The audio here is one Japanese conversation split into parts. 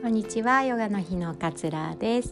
んにちは。ヨガの日の桂です。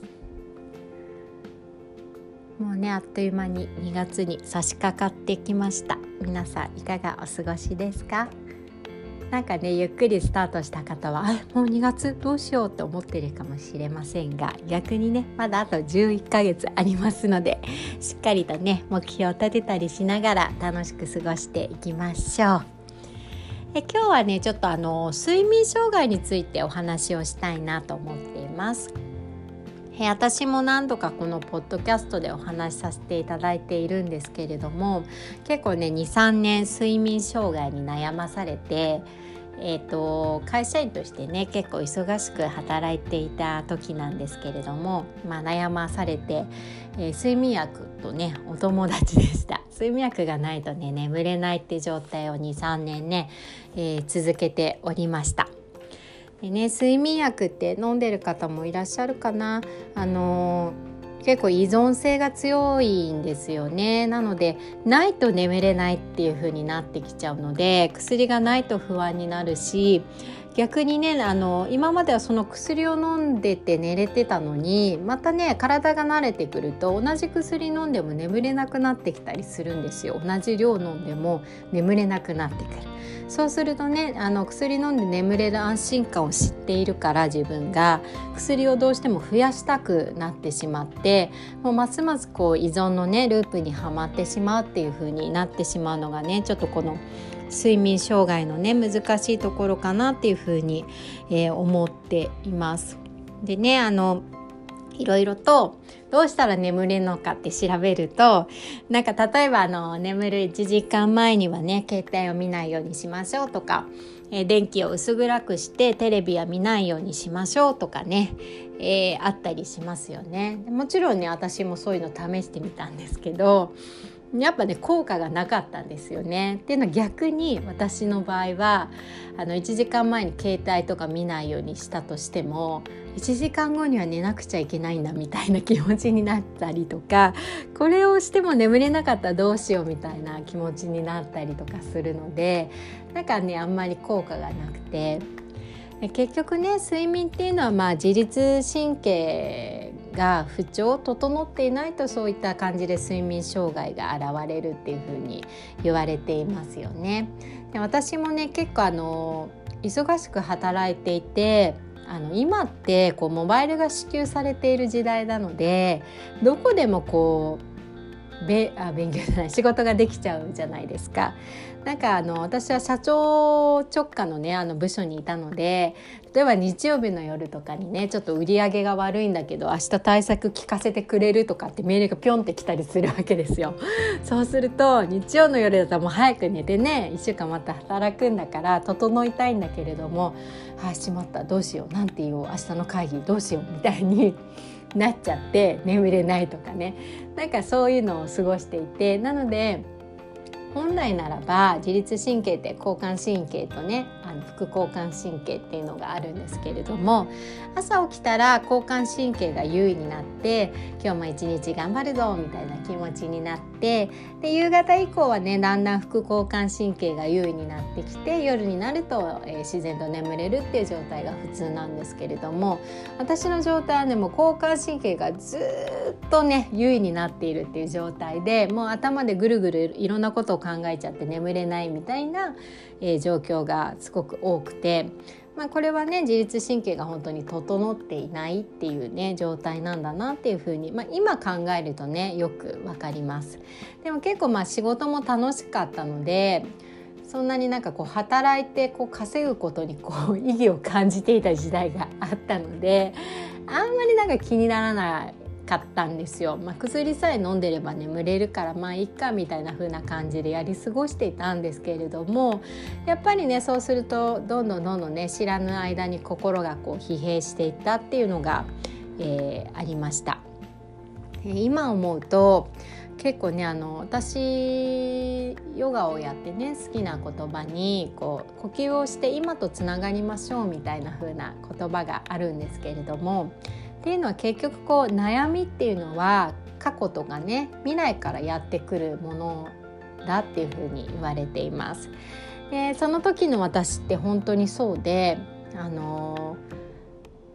もうね、あっという間に2月に差し掛かってきました。皆さんいかがお過ごしですか？なんかね、ゆっくりスタートした方はもう2月どうしようって思ってるかもしれませんが、逆にね、まだあと11ヶ月ありますので、しっかりとね、目標を立てたりしながら楽しく過ごしていきましょう。今日はね、ちょっと睡眠障害についてお話をしたいなと思っています。私も何度かこのポッドキャストでお話しさせていただいているんですけれども、結構ね 2,3 年睡眠障害に悩まされて、会社員としてね結構忙しく働いていた時なんですけれども、悩まされて、睡眠薬とねお友達でした。睡眠薬がないとね眠れないって状態を 2,3 年ね、続けておりました。でね、睡眠薬って飲んでる方もいらっしゃるかな。結構依存性が強いんですよね。なのでないと眠れないっていう風になってきちゃうので、薬がないと不安になるし、逆にね今まではその薬を飲んでて寝れてたのに、またね体が慣れてくると同じ薬飲んでも眠れなくなってきたりするんですよ。同じ量飲んでも眠れなくなってくる。そうするとね薬飲んで眠れる安心感を知っているから、自分が薬をどうしても増やしたくなってしまって、もうますますこう依存のねループにはまってしまうっていう風になってしまうのがね、ちょっとこの睡眠障害のね難しいところかなっていう風に、思っています。でね、いろいろとどうしたら眠れるのかって調べると、なんか例えば眠る1時間前にはね携帯を見ないようにしましょうとか、電気を薄暗くしてテレビは見ないようにしましょうとかね、あったりしますよね。もちろんね私もそういうの試してみたんですけど、やっぱね効果がなかったんですよね。っていうのは逆に私の場合は1時間前に携帯とか見ないようにしたとしても、1時間後には寝なくちゃいけないんだみたいな気持ちになったりとか、これをしても眠れなかったらどうしようみたいな気持ちになったりとかするので、なんかねあんまり効果がなくて、結局ね睡眠っていうのは自律神経が不調整っていないと、そういった感じで睡眠障害が現れるっていうふうに言われていますよね。で私もね結構忙しく働いていて、今ってこうモバイルが支給されている時代なので、どこでもこう勉強じゃない仕事ができちゃうじゃないですか。なんか私は社長直下のね部署にいたので、例えば日曜日の夜とかにねちょっと売り上げが悪いんだけど明日対策聞かせてくれるとかってメールがピョンって来たりするわけですよ。そうすると日曜の夜だったらもう早く寝てね1週間また働くんだから整いたいんだけれども、しまったどうしようなんて言おう明日の会議どうしようみたいになっちゃって眠れないとかね、なんかそういうのを過ごしていて、なので本来ならば自律神経って交感神経とね副交感神経っていうのがあるんですけれども、朝起きたら交感神経が優位になって、今日も一日頑張るぞみたいな気持ちになって、で夕方以降はねだんだん副交感神経が優位になってきて、夜になると、自然と眠れるっていう状態が普通なんですけれども、私の状態はねもう交感神経がずっとね優位になっているっていう状態で、もう頭でぐるぐるいろんなことを考えちゃって眠れないみたいな、状況がすごく多くて、これはね自律神経が本当に整っていないっていうね状態なんだなっていうふうに、今考えるとねよくわかります。でも結構仕事も楽しかったので、そんなになんかこう働いてこう稼ぐことにこう意義を感じていた時代があったので、あんまりなんか気にならないかったんですよ。薬さえ飲んでれば眠れるからいっかみたいな風な感じでやり過ごしていたんですけれども、やっぱりねそうするとどんどんね知らぬ間に心がこう疲弊していったっていうのが、ありました。今思うと結構ね私ヨガをやってね好きな言葉にこう呼吸をして今とつながりましょうみたいな風な言葉があるんですけれども、っていうのは結局こう悩みっていうのは過去とかね未来からやってくるものだっていうふうに言われています。でその時の私って本当にそうで、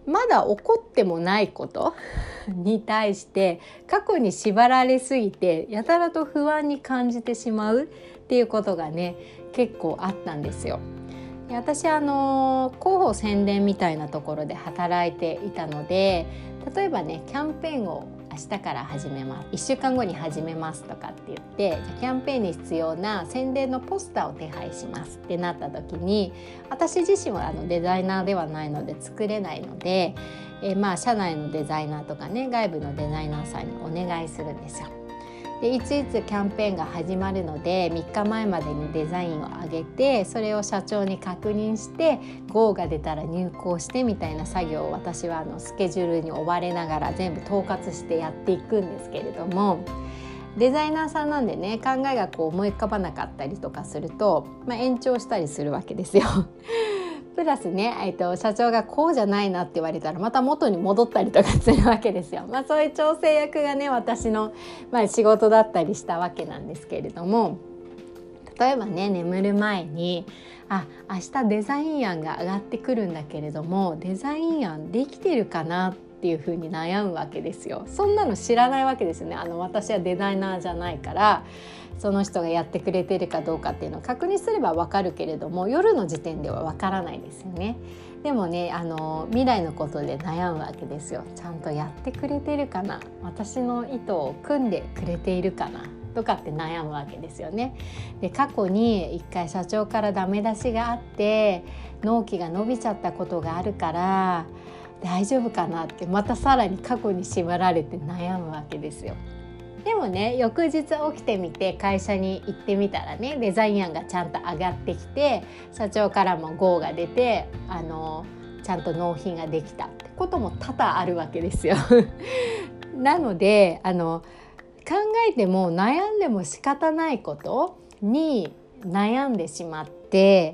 まだ起こってもないことに対して過去に縛られすぎてやたらと不安に感じてしまうっていうことがね結構あったんですよ。で私広報宣伝みたいなところで働いていたので、例えばねキャンペーンを明日から始めます、1週間後に始めますとかって言って、じゃキャンペーンに必要な宣伝のポスターを手配しますってなった時に、私自身はデザイナーではないので作れないので、社内のデザイナーとかね外部のデザイナーさんにお願いするんですよ。でいついつキャンペーンが始まるので3日前までにデザインを上げて、それを社長に確認して GO が出たら入稿してみたいな作業を私はスケジュールに追われながら全部統括してやっていくんですけれども、デザイナーさんなんでね考えが思い浮かばなかったりとかすると、延長したりするわけですよ。プラスね、社長がこうじゃないなって言われたらまた元に戻ったりとかするわけですよ。そういう調整役がね私の、仕事だったりしたわけなんですけれども、例えばね眠る前に明日デザイン案が上がってくるんだけれどもデザイン案できてるかなっていうふうに悩むわけですよ。そんなの知らないわけですよね。私はデザイナーじゃないからその人がやってくれてるかどうかっていうのを確認すれば分かるけれども、夜の時点では分からないですよね。でもね未来のことで悩むわけですよ。ちゃんとやってくれてるかな、私の意図を組んでくれているかなとかって悩むわけですよね。で過去に一回社長からダメ出しがあって納期が伸びちゃったことがあるから大丈夫かなってまたさらに過去に縛られて悩むわけですよ。でもね翌日起きてみて会社に行ってみたらねデザイン案がちゃんと上がってきて社長からも GO が出てちゃんと納品ができたってことも多々あるわけですよ。なので考えても悩んでも仕方ないことに悩んでしまって、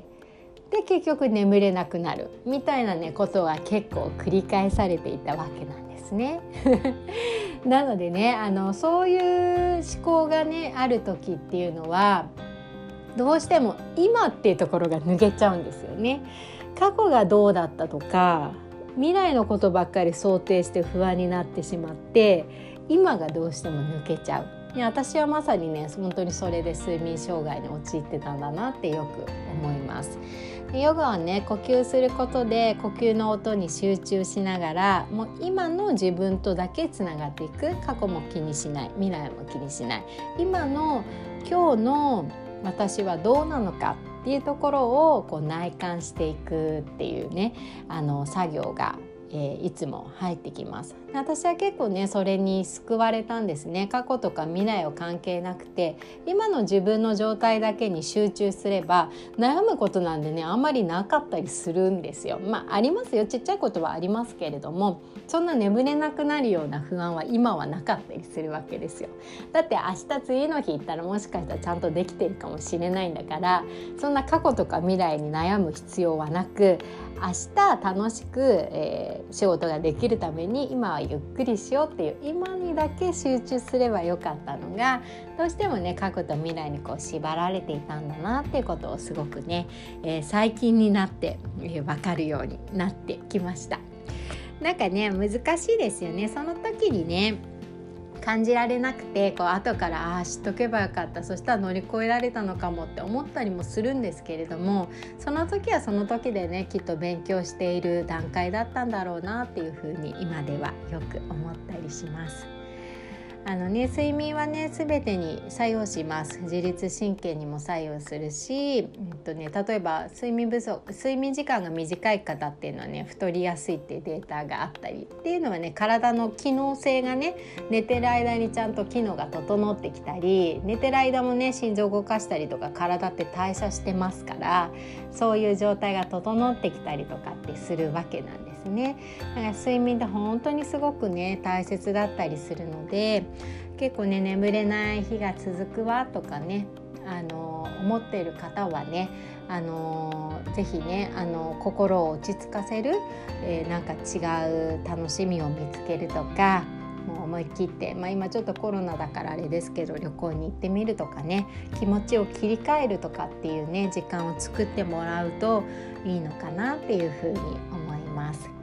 で結局眠れなくなるみたいなねことが結構繰り返されていたわけなんですね。なのでねそういう思考がねある時っていうのはどうしても今っていうところが抜けちゃうんですよね。過去がどうだったとか未来のことばっかり想定して不安になってしまって今がどうしても抜けちゃう。私はまさにね本当にそれで睡眠障害に陥ってたんだなってよく思います。ヨガはね呼吸することで呼吸の音に集中しながらもう今の自分とだけつながっていく。過去も気にしない、未来も気にしない、今の今日の私はどうなのかっていうところを内観していくっていうね作業がいつも入ってきます。私は結構ねそれに救われたんですね。過去とか未来を関係なくて今の自分の状態だけに集中すれば悩むことなんでねあんまりなかったりするんですよ。ありますよ、ちっちゃいことはありますけれども、そんな眠れなくなるような不安は今はなかったりするわけですよ。だって明日次の日行ったらもしかしたらちゃんとできてるかもしれないんだから、そんな過去とか未来に悩む必要はなく、明日楽しく、仕事ができるために今はゆっくりしようっていう今にだけ集中すればよかったのが、どうしてもね過去と未来に縛られていたんだなっていうことをすごくね、最近になって、分かるようになってきました。なんかね難しいですよね。その時にね感じられなくて後から知っとけばよかった、そしたら乗り越えられたのかもって思ったりもするんですけれども、その時はその時でねきっと勉強している段階だったんだろうなっていうふうに今ではよく思ったりします。睡眠はね全てに作用します。自律神経にも作用するし、例えば睡眠時間が短い方っていうのはね太りやすいっていうデータがあったりっていうのはね、体の機能性がね寝てる間にちゃんと機能が整ってきたり、寝てる間もね心臓を動かしたりとか体って代謝してますから、そういう状態が整ってきたりとかってするわけなんですね。だから睡眠って本当にすごくね大切だったりするので、結構ね眠れない日が続くわとかね思っている方はねぜひね心を落ち着かせる、なんか違う楽しみを見つけるとか、もう思い切って、今ちょっとコロナだからあれですけど旅行に行ってみるとかね、気持ちを切り替えるとかっていうね時間を作ってもらうといいのかなっていうふうに思います。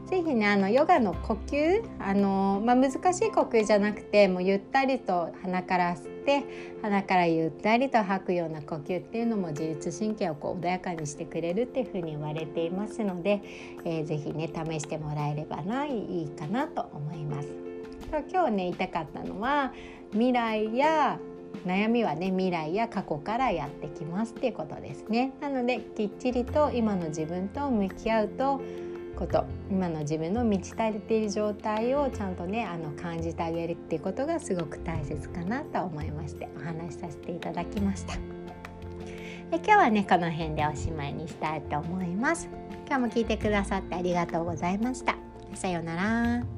ぜひねヨガの呼吸難しい呼吸じゃなくてもうゆったりと鼻から吸って鼻からゆったりと吐くような呼吸っていうのも自律神経を穏やかにしてくれるっていうふうに言われていますので、ぜひね試してもらえればいいかなと思います。今日ね言いたかったのは未来や悩みはね未来や過去からやってきますっていうことですね。なのできっちりと今の自分と向き合うこと今の自分の満ち足りている状態をちゃんとね感じてあげるっていうことがすごく大切かなと思いましてお話しさせていただきました。今日はねこの辺でおしまいにしたいと思います。今日も聞いてくださってありがとうございました。さようなら。